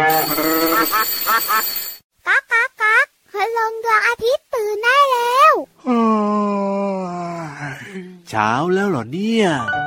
ก๊ากก๊ากก๊ากคืนลงดวงอาทิตย์ตื่นได้แล้วเช้าแล้วเหรอเนี่ย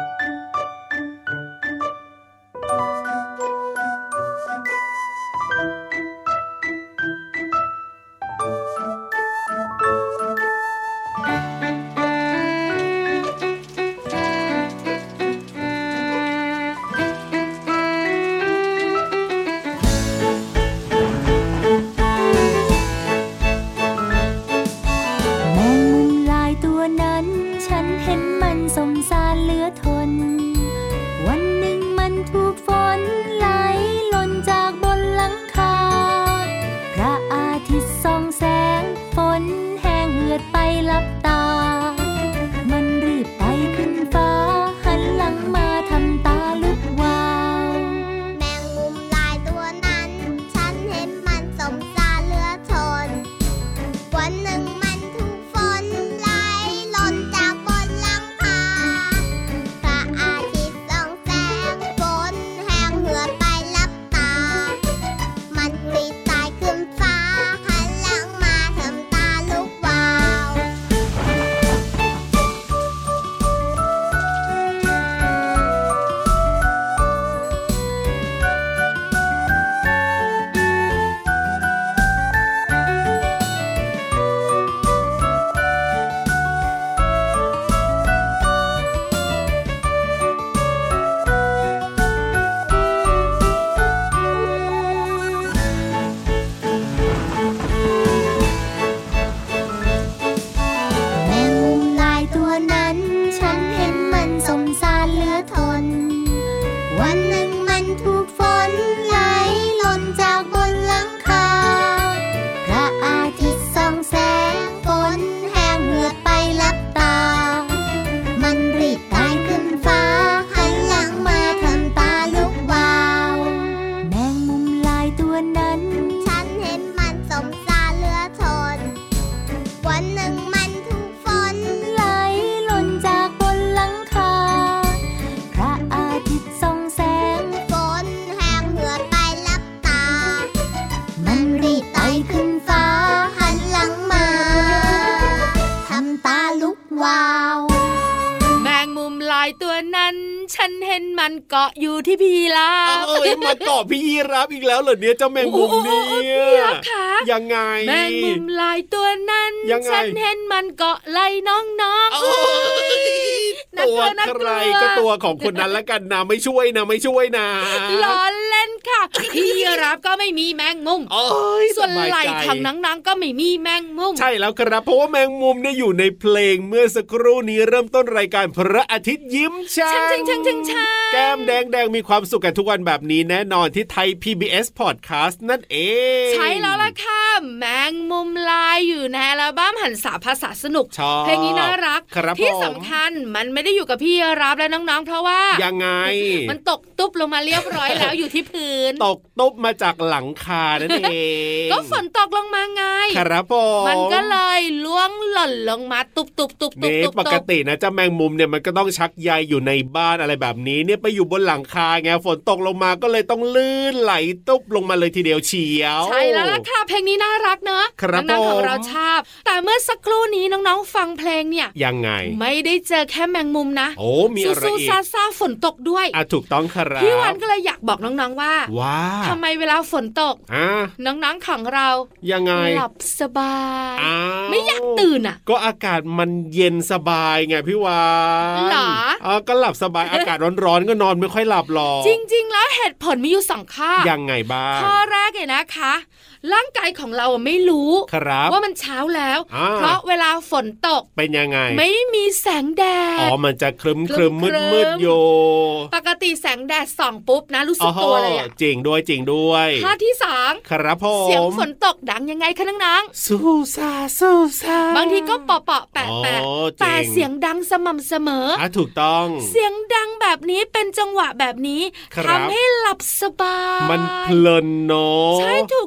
มันเกาะอยู่ที่พี่ราบมาเกาะพี่ยีราฟอีกแล้วเหรอเนี่ยเจ้าแมงมุมเนี่ยยังไงแมงมุมลายตัวนั้นฉันเห็นมันเกาะไหล่น้องๆตัวใครก็ตัวของคนนั้นละกันนะไม่ช่วยนะล้อเล่นค่ะพี่ยีราฟก็ไม่มีแมงมุมส่วนไหล่ของน้องๆก็ไม่มีแมงมุมใช่แล้วครับเพราะว่าแมงมุมเนี่ยอยู่ในเพลงเมื่อสักครู่นี้เริ่มต้นรายการพระอาทิตย์ยิ้มช่างแก้มแดงมีความสุขกันทุกวันแบบนี้แน่นอนที่ไทย PBS Podcast นั่นเองใช่แล้วล่ะค่ะแมงมุมลายอยู่ในอัลบั้มหันษาภาษาสนุกเพลงนี้น่ารักที่สำคัญมันไม่ได้อยู่กับพี่รับและน้องๆเพราะว่ายังไงมันตกตุ๊บลงมาเรียบร้อยแล้วอยู่ที่พื้นตกตุ๊บมาจากหลังคานั่นเองก็ฝนตกลงมาไงครับผมมันก็เลยล่วงหล่นลงมาตุ๊บปกตินะเจ้าแมงมุมเนี่ยมันก็ต้องชักใยอยู่ในบ้านอะไรแบบนี้เนี่ยไปอยู่บนหลังคาไงฝนตกลงมาก็เลยต้องลื่นไหลตุ๊บลงมาเลยทีเดียวเฉียวใช่แล้วล่ะค่ะเพลงนี้น่ารักเนอะน้องๆของเราชอบแต่เมื่อสักครู่นี้น้องๆฟังเพลงเนี่ยยังไงไม่ได้เจอแค่แมงมุมนะมีอะไรอีกซาฝนตกด้วยถูกต้องครับพี่วันก็เลยอยากบอกน้องๆว่าทำไมเวลาฝนตกน้องๆของเรายังไงหลับสบายไม่อยากตื่นอ่ะก็อากาศมันเย็นสบายไงพี่วานหรอก็หลับสบายอากาศร้อนๆก็นอนไม่ค่อยหลับหรอกจริงๆแล้วเหตุผลมีอยู่2ข้อยังไงบ้างข้อแรกเลยนะคะร่างกายของเราไม่รู้ว่ามันเช้าแล้วเพราะเวลาฝนตกเป็นยังไงไม่มีแสงแดดมันจะครึมมืดอยู่ปกติแสงแดดส่องปุ๊บนะรู้สึกตัวเลยอ่ะจริงด้วยข้อที่2 ครับผมเสียงฝนตกดังยังไงคะน้องๆสู้ซาบางทีก็เปาะแปะแต่เสียงดังสม่ำเสมอถูกต้องเสียงดังแบบนี้เป็นจังหวะแบบนี้ทำให้หลับสบายมันเพลินเนาะใช่ถูกต้อง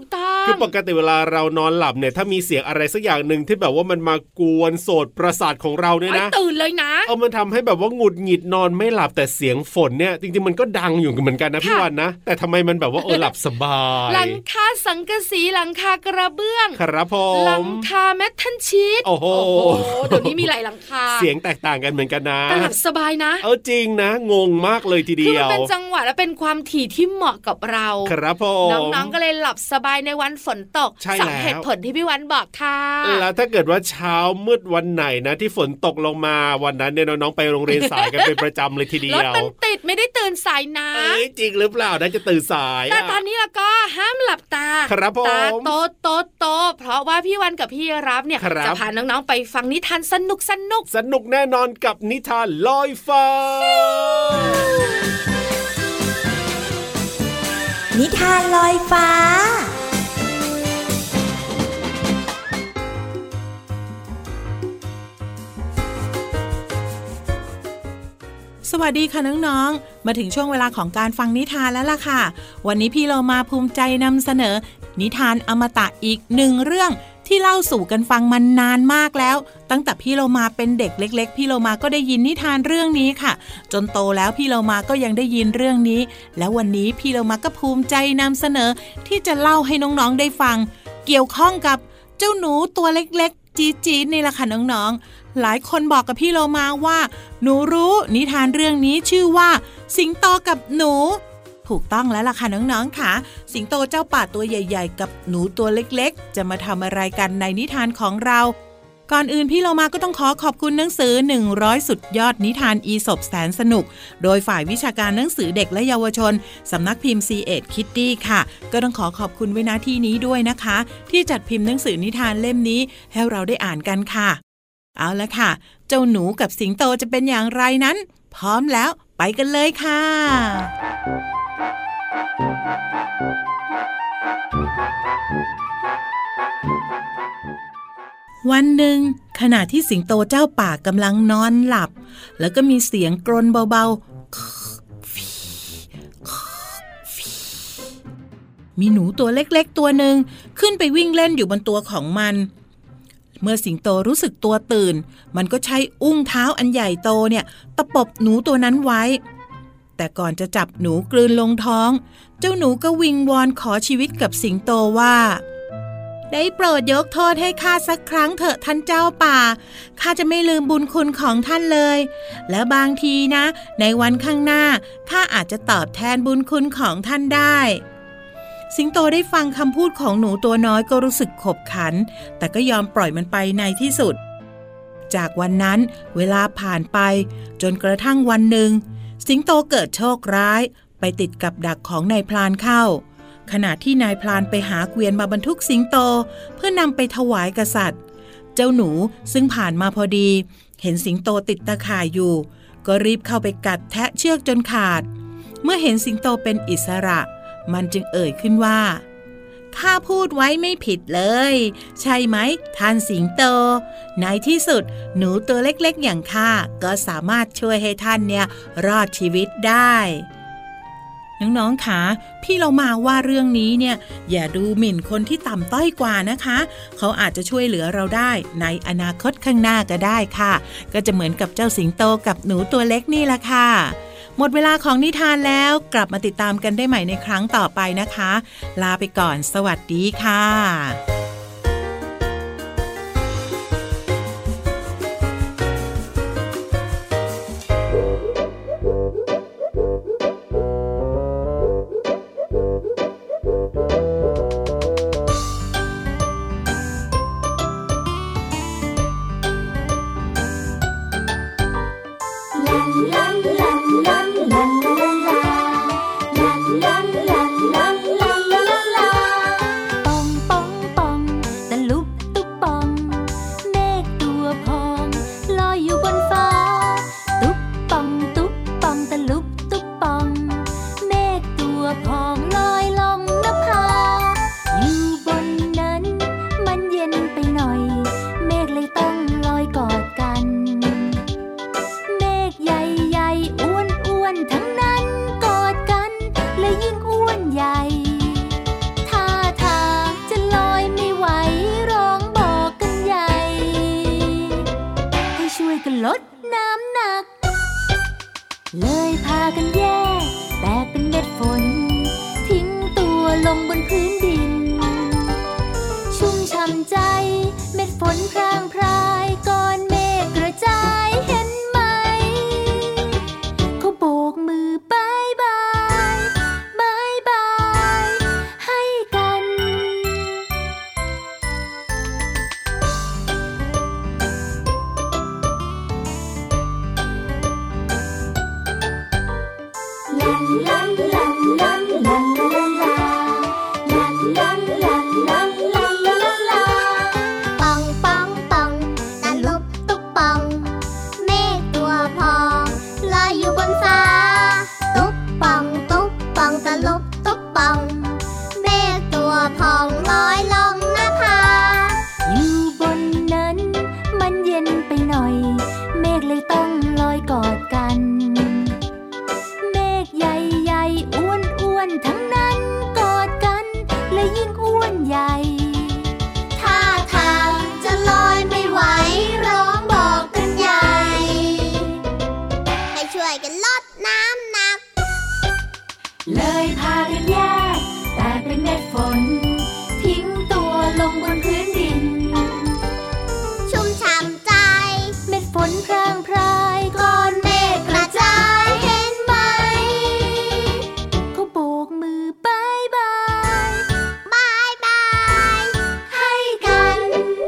คือปกติเวลาเรานอนหลับเนี่ยถ้ามีเสียงอะไรสักอย่างนึงที่แบบว่ามันมากวนโสตประสาทของเราเนี่ยนะตื่นเลยนะมันทำให้แบบว่าหงุดหงิดนอนไม่หลับแต่เสียงฝนเนี่ยจริงๆมันก็ดังอยู่เหมือนกันนะพี่วันนะแต่ทำไมมันแบบว่าหลับสบายหลังคาสังกะสีหลังคากระเบื้องครับผมหลังคาแมททันชีทโอ้โหเดี๋ยวนี้มีหลายหลังคาเสียงแตกต่างกันเหมือนกันนะแต่หลับสบายนะจริงนะงงมากเลยทีเดียวคือมันเป็นจังหวะและเป็นความถี่ที่เหมาะกับเราครับผมน้องๆก็เลยหลับสบายในวันฝนตกสาเหตุผลที่พี่วันบอกค่ะแล้วถ้าเกิดว่าเช้ามืดวันไหนนะที่ฝนตกลงมาวันนั้นเนี่ยน้องๆไปโรงเรียนสายกันเป็นประจำเลยทีเดียวรถมันติดไม่ได้ตื่นสายนะจริงหรือเปล่าน่าจะตื่นสายแต่ตอนนี้เราก็ห้ามหลับตาครับผมตาโตเพราะว่าพี่วันกับพี่รับเนี่ยจะพาน้องๆไปฟังนิทานสนุกแน่นอนกับนิทานลอยฟ้านิทานลอยฟ้าสวัสดีค่ะน้องๆมาถึงช่วงเวลาของการฟังนิทานแล้วล่ะค่ะวันนี้พี่เรามาภูมิใจนำเสนอนิทานอมตะอีกหนึ่งเรื่องที่เล่าสู่กันฟังมานานมากแล้วตั้งแต่พี่เรามาเป็นเด็กเล็กๆพี่เรามาก็ได้ยินนิทานเรื่องนี้ค่ะจนโตแล้วพี่เรามาก็ยังได้ยินเรื่องนี้แล้ววันนี้พี่เรามาก็ภูมิใจนำเสนอที่จะเล่าให้น้องๆได้ฟังเกี่ยวข้องกับเจ้าหนูตัวเล็กๆจี๊ดๆนี่แหละค่ะน้องๆหลายคนบอกกับพี่เรามาว่าหนูรู้นิทานเรื่องนี้ชื่อว่าสิงโตกับหนูถูกต้องแล้วล่ะค่ะน้องๆค่ะสิงโตเจ้าป่าตัวใหญ่ๆกับหนูตัวเล็กๆจะมาทำอะไรกันในนิทานของเราก่อนอื่นพี่เรามาก็ต้องขอบคุณหนังสือ100สุดยอดนิทานอีสปแสนสนุกโดยฝ่ายวิชาการหนังสือเด็กและเยาวชนสำนักพิมพ์ C.Ed Kiddie ค่ะก็ต้องขอบคุณไว้ณที่นี้ด้วยนะคะที่จัดพิมพ์หนังสือนิทานเล่มนี้ให้เราได้อ่านกันค่ะเอาละค่ะเจ้าหนูกับสิงโตจะเป็นอย่างไรนั้นพร้อมแล้วไปกันเลยค่ะวันหนึ่งขณะที่สิงโตเจ้าป่ากำลังนอนหลับแล้วก็มีเสียงกรนเบาๆมีหนูตัวเล็กๆตัวหนึ่งขึ้นไปวิ่งเล่นอยู่บนตัวของมันเมื่อสิงโตรู้สึกตัวตื่นมันก็ใช้อุ้งเท้าอันใหญ่โตเนี่ยตะปบหนูตัวนั้นไว้แต่ก่อนจะจับหนูกลืนลงท้องเจ้าหนูก็วิงวอนขอชีวิตกับสิงโตว่าได้โปรดยกโทษให้ข้าสักครั้งเถอะท่านเจ้าป่าข้าจะไม่ลืมบุญคุณของท่านเลยและบางทีนะในวันข้างหน้าข้าอาจจะตอบแทนบุญคุณของท่านได้สิงโตได้ฟังคำพูดของหนูตัวน้อยก็รู้สึกขบขันแต่ก็ยอมปล่อยมันไปในที่สุดจากวันนั้นเวลาผ่านไปจนกระทั่งวันหนึ่งสิงโตเกิดโชคร้ายไปติดกับดักของนายพรานเข้าขณะที่นายพรานไปหาเกวียนมาบรรทุกสิงโตเพื่อนำไปถวายกษัตริย์เจ้าหนูซึ่งผ่านมาพอดีเห็นสิงโตติดตะข่ายอยู่ก็รีบเข้าไปกัดแทะเชือกจนขาดเมื่อเห็นสิงโตเป็นอิสระมันจึงเอ่ยขึ้นว่าข้าพูดไว้ไม่ผิดเลยใช่ไหมท่านสิงโตในที่สุดหนูตัวเล็กๆอย่างข้าก็สามารถช่วยให้ท่านเนี่ยรอดชีวิตได้น้องๆคะพี่เรามาว่าเรื่องนี้เนี่ยอย่าดูหมิ่นคนที่ต่ำต้อยกว่านะคะเขาอาจจะช่วยเหลือเราได้ในอนาคตข้างหน้าก็ได้ค่ะก็จะเหมือนกับเจ้าสิงโตกับหนูตัวเล็กนี่แหละค่ะหมดเวลาของนิทานแล้วกลับมาติดตามกันได้ใหม่ในครั้งต่อไปนะคะลาไปก่อนสวัสดีค่ะปองปองปองพื้นดินชุ่มช่ำใจเม็ดฝนพรางพรายก้อนเมฆกระจายเห็นไหมเขาโบกมือบายบายบายบายให้กันลาลาลาลาลาลาลาปองปองปองตะลุบตุ๊บปองเมฆตัวพองลอยอยู่บนฟ้าตุ๊บปองตุ๊บปองตะลุบตุ๊บปองเมฆตัวพองลอยลงนภาอยู่บนนั้นมันเย็นไปหน่อยเมฆเลยต้องลอยกอดกันเมฆใหญ่ๆอ้วนๆทั้งนั้นกอดกันเลยยิ่งอ้วนใหญ่ท่าทางจะลอยไม่ไหวร้องบอกกันใหญ่ให้ช่วยกันลดน้ำหนักเลยพากันแยกแต่เป็นเม็ดฝนทิ้งตัวลงบนพื้นดินชุ่มช่ำใจเม็ดฝนพรางพรายก้อนเมฆกระจายเห็นไหมเขาโบกมือบายบายบายบายให้กัน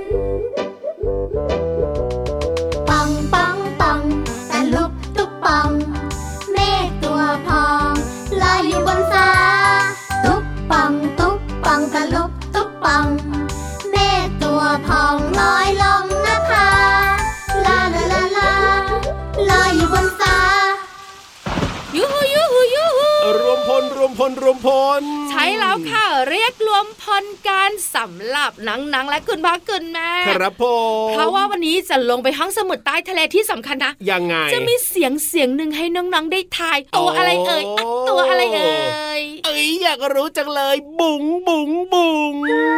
ปองปองปองตะลุบตุ๊บปองเมฆตัวพองลอยอยู่บนฟ้าตุ๊บปองตุ๊บปองตะลุบตุ๊บปองเมฆตัวพองลอยลงนภาลาลาลาลาลอยอยู่บนฟ้ายูฮูยูฮูยูฮูรวมพลใช่แล้วค่ะเรียกรวมพลกันสำหรับหนังและคุณพ่อคุณแม่ครับผมเพราะว่าวันนี้จะลงไปห้องสมุดใต้ทะเลที่สำคัญนะยังไงจะมีเสียงหนึ่งให้น้องๆได้ทายตัวอะไรเอ่ยตัวอะไรเอ่ยอยากรู้จังเลยบุ๋งบุ๋งบุ๋ง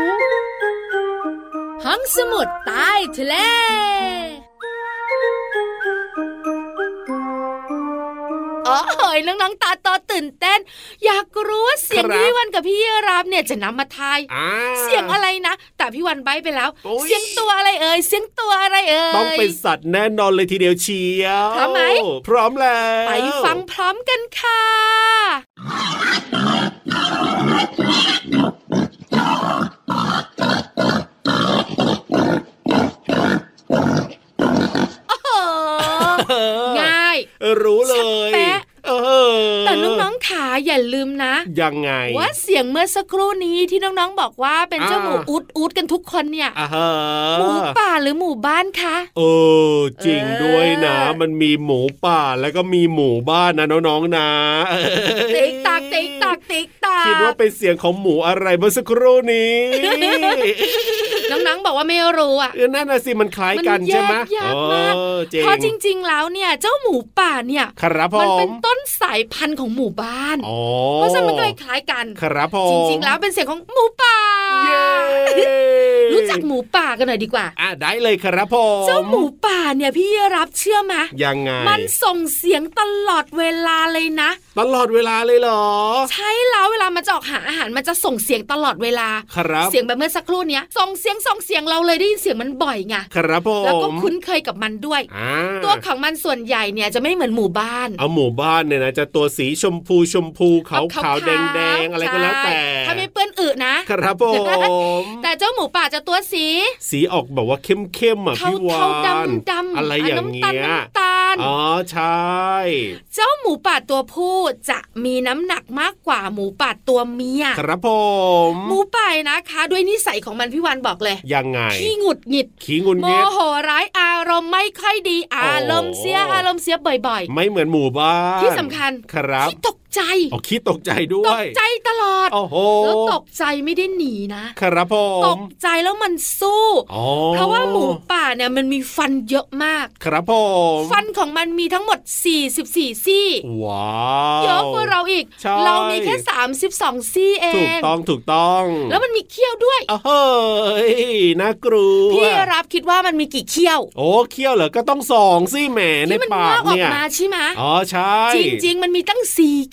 ห้องสมุดใต้ทะเลโอ้ยน้องๆตาโตตื่นเต้นอยากรู้ว่าเสียงพี่วันกับพี่รับเนี่ยจะนำมาทายเสียงอะไรนะแต่พี่วันใบ้ไปแล้วเสียงตัวอะไรเอ่ยเสียงตัวอะไรเอ่ยต้องเป็นสัตว์แน่นอนเลยทีเดียวเชียวพร้อมไหมพร้อมแล้วไปฟังพร้อมกันค่ะง่ายรู้เลยแต่น้องๆขาอย่าลืมนะยังไงว่าเสียงเมื่อสักครู่นี้ที่น้องๆบอกว่าเป็นเจ้าหมูอูดกันทุกคนเนี่ยหมูป่าหรือหมู่บ้านคะจริงด้วยนะมันมีหมูป่าแล้วก็มีหมู่บ้านนะน้องๆนะติ๊กตักติ๊กตักติ๊กตักคิดว่าเป็นเสียงของหมูอะไรเมื่อสักครู่นี้น้องๆบอกว่าไม่รู้อ่ะนั่นน่ะสิมันคล้ายกันใช่ไหมเพราะจริงๆแล้วเนี่ยเจ้าหมูป่าเนี่ยมันเป็นต้นสายพันธุ์ของหมู่บ้านเพราะฉะนั้นมันก็เลยคล้ายกันจริงๆแล้วเป็นเสียงของหมูป่ารู้จักหมูป่ากันหน่อยดีกว่าได้เลยครับผมเจ้าหมูป่าเนี่ยพี่รับเชื่อไหมยังไงมันส่งเสียงตลอดเวลาเลยนะตลอดเวลาเลยเหรอใช่แล้วเวลามันจะออกหาอาหารมันจะส่งเสียงตลอดเวลาเสียงแบบเมื่อสักครู่นี้ส่งเสียงเราเลยได้ยินเสียงมันบ่อยไงครับผมแล้วก็คุ้นเคยกับมันด้วยตัวของมันส่วนใหญ่เนี่ยจะไม่เหมือนหมู่บ้านหมู่บ้านเนี่ยนะจะตัวสีชมพูขาวแดงอะไรก็แล้วแต่ถ้าไม่เปื้อนอึนะครับผมแต่เจ้าหมูป่าจะตัวสีออกแบบว่าเข้มอ่ะพี่วานอะไรอย่างเงี้ยอ๋อใช่เจ้าหมูป่าตัวผู้จะมีน้ำหนักมากกว่าหมูป่าตัวเมียครับผมหมูป่านะคะด้วยนิสัยของมันพี่วานบอกเลยยังไงขี้หงุดหงิดโมโหร้ายอารมณ์ไม่ค่อยดีอารมณ์เสียบ่อยๆไม่เหมือนหมู่บ้านที่สำคัญครับขี้ตกใจขี้ตกใจด้วยตกใจตลอดแล้วตกใจไม่ได้หนีนะครับผมตกใจแล้วมันสู้เพราะว่าหมูป่าเนี่ยมันมีฟันเยอะมากครับผมฟันของมันมีทั้งหมด44ซี่ว้าวเยอะกว่าเราอีกเรามีแค่32ซี่เองถูกต้องแล้วมันมีเขี้ยวด้วยเฮ้ยน่ากลัวพี่รับคิดว่ามันมีกี่เขี้ยวเขี้ยวเหรอก็ต้อง2ซี่แหมในปากเนี่ยที่มันงอกออกมาใช่ไหมอ๋อใช่จริงๆมันมีตั้ง4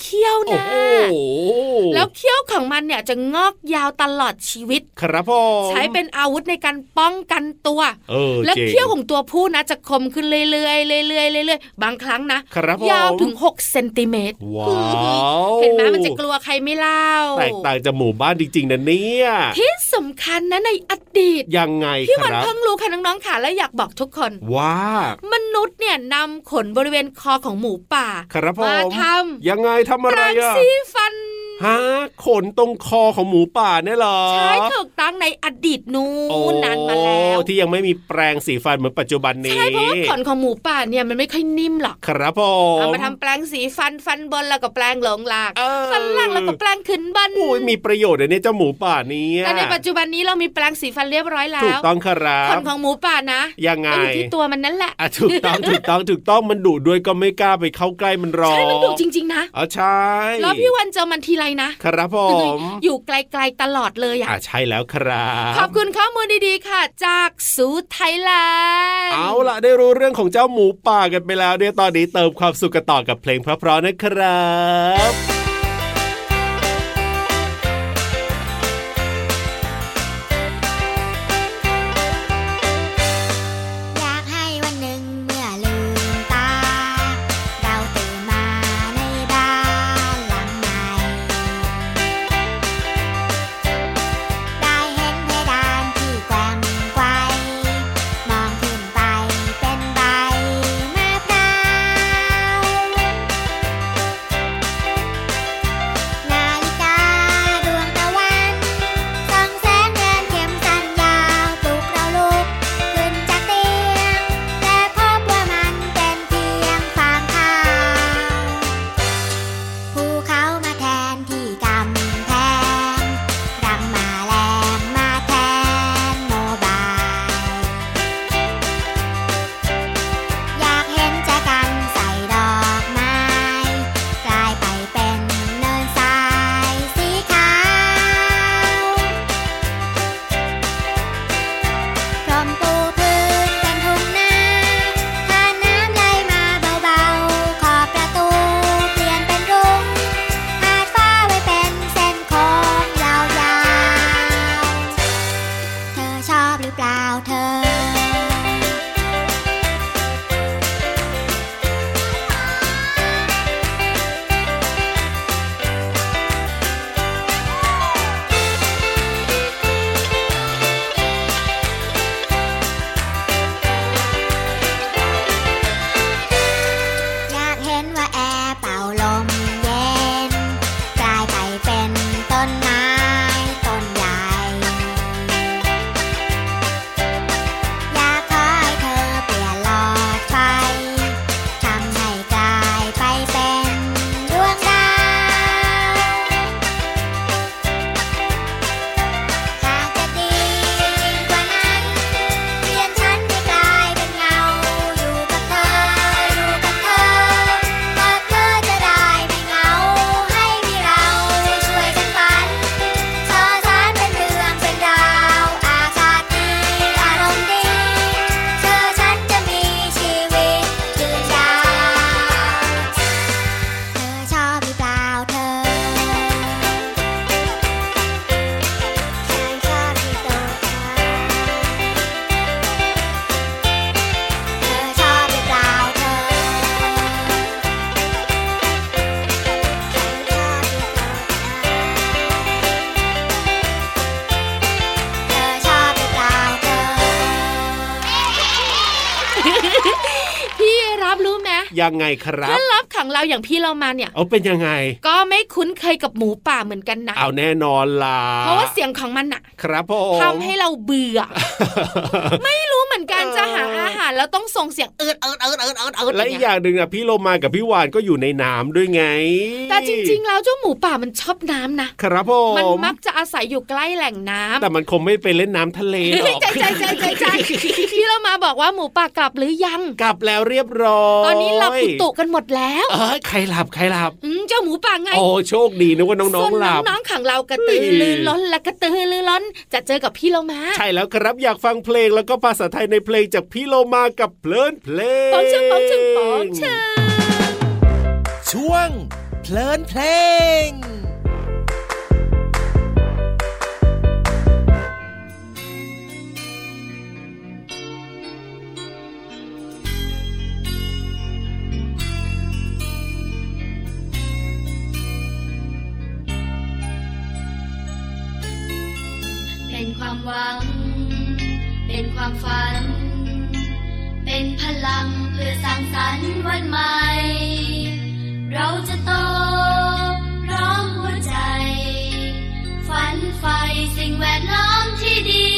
เขี้ยวนะแล้วเขี้ยวของมันเนี่ยจะงอกยาวตลอดชีวิตครับผมใช้เป็นอาวุธในการป้องกันตัวและเขี้ยวของตัวผู้นะจะคมขึ้นเรื่อยๆเรื่อยๆบางครั้งนะยาวถึง6 เซนติเมตรเห็นไหมมันจะกลัวใครไม่เล่าแตกต่างจากหมู่บ้านจริงๆนะเนี่ยที่สำคัญนะในอดีตยังไงพี่วันเพิ่งรู้ค่ะน้องๆค่ะและอยากบอกทุกคนว่ามนุษย์เนี่ยนำขนบริเวณคอของหมูป่ามาทำยังไงทำอะไรอะสีฟันฮะขนตรงคอของหมูป่าเนี่ยเหรอใช่ถูกต้องในอดีตนู้นนานมาแล้วที่ยังไม่มีแปรงสีฟันเหมือนปัจจุบันนี้ใช่เพราะว่าขนของหมูป่าเนี่ยมันไม่ค่อยนิ่มหรอกครับผมเอามาทำแปรงสีฟันบนแล้วก็แปรงหลงหลักฟันล่างแล้วก็แปรงขึ้นบนโอ้ยมีประโยชน์เลยเนี่ยเจ้าหมูป่านี้แต่ในปัจจุบันนี้เรามีแปรงสีฟันเรียบร้อยแล้วถูกต้องครับขนของหมูป่านะยังไงอยู่ที่ตัวมันนั่นแหละถูกต้องมันดุด้วยก็ไม่กล้าไปเข้าใกล้มันร้อนใช่มันดุจริงๆนะใช่แล้วพี่วันเจอมันทีไรนะครับผมอยู่ไกลๆตลอดเลยใช่แล้วครับขอบคุณข้อมูลดีๆค่ะจากสูตรไทยแลนด์เอาล่ะได้รู้เรื่องของเจ้าหมูป่ากันไปแล้วเนี่ยตอนนี้เติมความสุขกันต่อกับเพลงเพราะๆนะครับยังไงครับเคล็ดลับของเราอย่างพี่เรามาเนี่ยเป็นยังไงก็ไม่คุ้นเคยกับหมูป่าเหมือนกันนะเอาแน่นอนล่ะเพราะว่าเสียงของมันน่ะครับผมทำให้เราเบื่อ ไม่รู้เหมือนกันจะหาอาหารแล้วต้องส่งเสียงเอิดและอีกอย่างนึงอ่ะพี่โลมากับพี่วานก็อยู่ในน้ำด้วยไงแต่จริงๆแล้วเจ้าหมูป่ามันชอบน้ำนะครับผมมันมักจะอาศัยอยู่ใกล้แหล่งน้ำแต่มันคงไม่ไปเล่นน้ำทะเลหรอกใจพี่โลมาบอกว่าหมูป่ากลับหรือยังกลับแล้วเรียบร้อยตอนนี้หลับตุกันหมดแล้วใครหลับเจ้าหมูป่าไงโอ้โชคดีนะว่าน้องๆหลับน้องขังเรากระตือรือร้นและกระตือรือร้นจะเจอกับพี่โลมาใช่แล้วครับอยากฟังเพลงแล้วก็ภาษาไทยในเพลงจากพี่โลมากับเพลินเพลงปองเชิงช่วงเพลินเพลงเป็นความหวังเป็นความฝันเป็นพลังเพื่อสร้างสรรค์วันใหม่เราจะโตพร้อมหัวใจฝันใฝ่สิ่งแวดล้อมที่ดี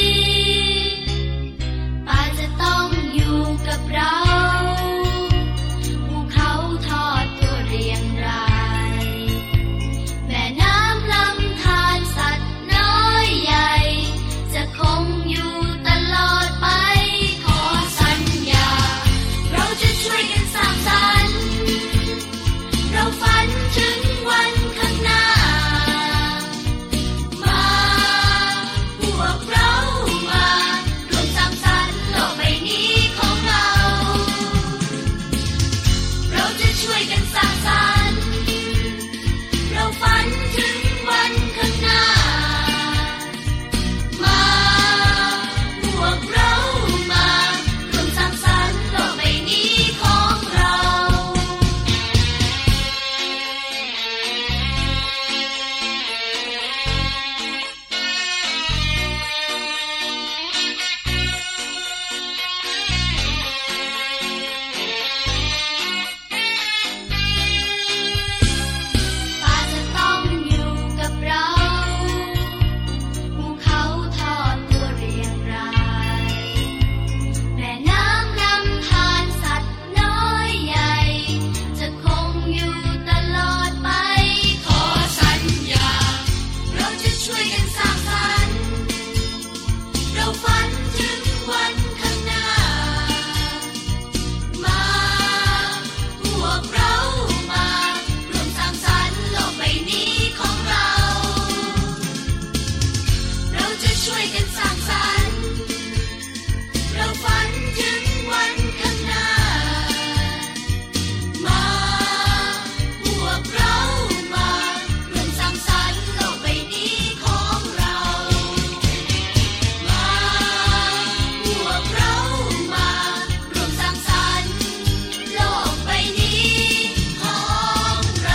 ป่าจะต้องอยู่กับเราภูเขาทอดตัวเรียงรายแม่น้ำลำธารสัตว์น้อยใหญ่จะคงอยู่ตลอดไปขอสัญญาเราจะช่วยกันสร้างสรรค์เราฝันถึงวันข้างหน้ามาพวกเรามาร่วมสร้างสรรค์โลกใบนี้ของเราเราจะช่วยกันสร้างสรรค์เราฝันถึงวันข้างหน้ามาพวกเรามาร่วมสร้างสรรค์โลกใบนี้ของเราป่าจะต้องอยู่กับเราภูเขาทอดตัวเรียงรายแม่น้ำลำธารสัตว์น้อยใหญ่จะคงอยู่ตลอดไปขอสัญญาเราจะช่วยกันสร้างสรรค์เราฝันถึงวันข้างหน้ามาพวกเรามาร่วมสร้างสรรค์โลกใบนี้ของเราเราจะช่วยกันสร้างสรรค์เราฝันถึงวันข้างหน้ามาพวกเรามาร่วมสร้างสรรค์โลกใบนี้ของเรามาพวกเรามาร่วมสร้างสรรค์โลกใบนี้ของเรา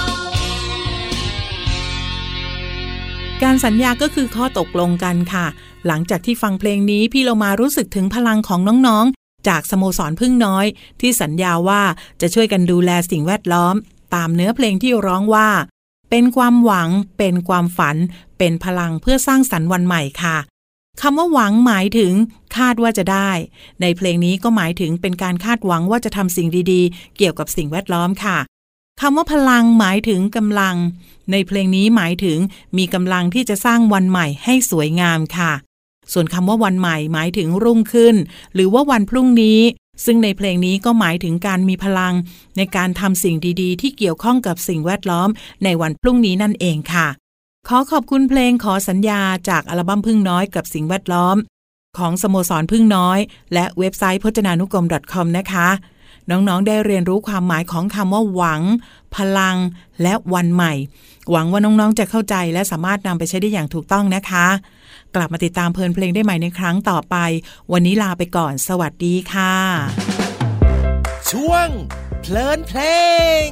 การสัญญาก็คือข้อตกลงกันค่ะ หลังจากที่ฟังเพลงนี้พี่เรามารู้สึกถึงพลังของน้องๆจากสโมสรพึ่งน้อยที่สัญญาว่าจะช่วยกันดูแลสิ่งแวดล้อมตามเนื้อเพลงที่ร้องว่าเป็นความหวังเป็นความฝันเป็นพลังเพื่อสร้างสรรค์วันใหม่ค่ะคำว่าหวังหมายถึงคาดว่าจะได้ในเพลงนี้ก็หมายถึงเป็นการคาดหวังว่าจะทำสิ่งดีๆเกี่ยวกับสิ่งแวดล้อมค่ะคำว่าพลังหมายถึงกำลังในเพลงนี้หมายถึงมีกำลังที่จะสร้างวันใหม่ให้สวยงามค่ะส่วนคำว่าวันใหม่หมายถึงรุ่งขึ้นหรือว่าวันพรุ่งนี้ซึ่งในเพลงนี้ก็หมายถึงการมีพลังในการทำสิ่งดีๆที่เกี่ยวข้องกับสิ่งแวดล้อมในวันพรุ่งนี้นั่นเองค่ะขอขอบคุณเพลงขอสัญญาจากอัลบั้มพึ่งน้อยกับสิ่งแวดล้อมของสโมสรพึ่งน้อยและเว็บไซต์พจนานุกรม .com นะคะน้องๆได้เรียนรู้ความหมายของคำว่าหวังพลังและวันใหม่หวังว่าน้องๆจะเข้าใจและสามารถนำไปใช้ได้อย่างถูกต้องนะคะกลับมาติดตามเพลินเพลงได้ใหม่ในครั้งต่อไปวันนี้ลาไปก่อนสวัสดีค่ะช่วงเพลินเพลง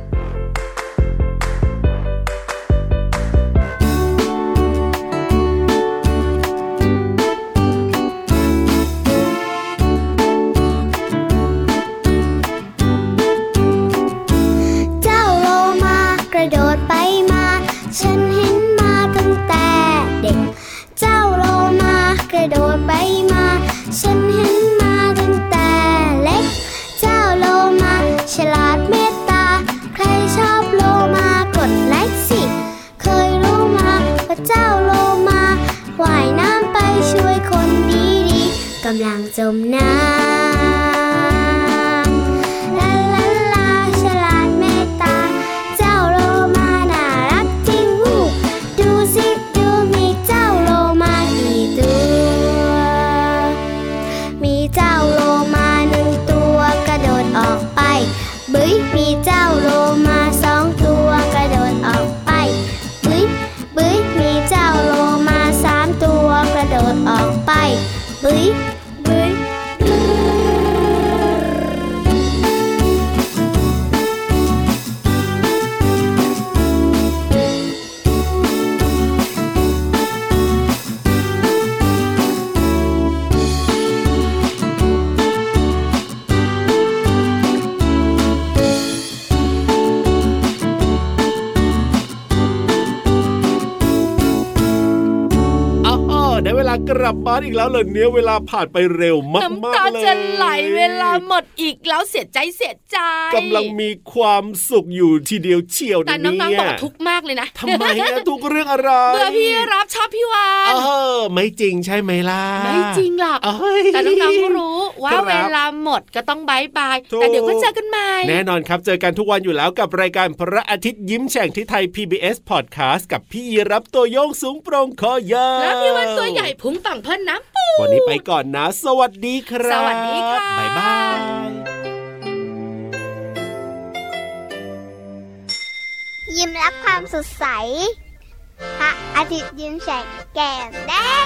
ำลังจมน้ำลาลาลาฉลาดเมตตาเจ้าโลมาน่ารักจริงหูดูสิดูมีเจ้าโลมากี่ตัวมีเจ้าโลมา1 ตัวกระโดดออกไปบึ้ยมีเจ้าโลมา2 ตัวบึ้ยบึ้ยได้เวลากลับบ้านอีกแล้วเลยเนี่ยเวลาผ่านไปเร็วมากๆเลยน้ำตาจะไหลเวลาหมดอีกแล้วเสียใจกำลังมีความสุขอยู่ทีเดียวเชียวนะเนี่ยแต่น้องๆบอกทุกมากเลยนะทำไมนะทุกเรื่องอะไรเบื่อพี่รับชอบพี่วานไม่จริงใช่ไหมล่ะไม่จริงหรอกแต่น้องๆรู้ว่าเวลาหมดก็ต้องบายบายแต่เดี๋ยวก็เจอกันใหม่แน่นอนครับเจอกันทุกวันอยู่แล้วกับรายการพระอาทิตย์ยิ้มแฉ่งที่ไทย PBS Podcast กับพี่รับตัวโยงสูงโปร่งคอยาวและพี่วันตัวใหญ่พุงปังเพิ่นน้ำปูวันนี้ไปก่อนนะสวัสดีครับสวัสดีค่ะบ๊ายบายยิ้มรับความสดใสพระอาทิตย์ยิ้มแฉกแก้มแดง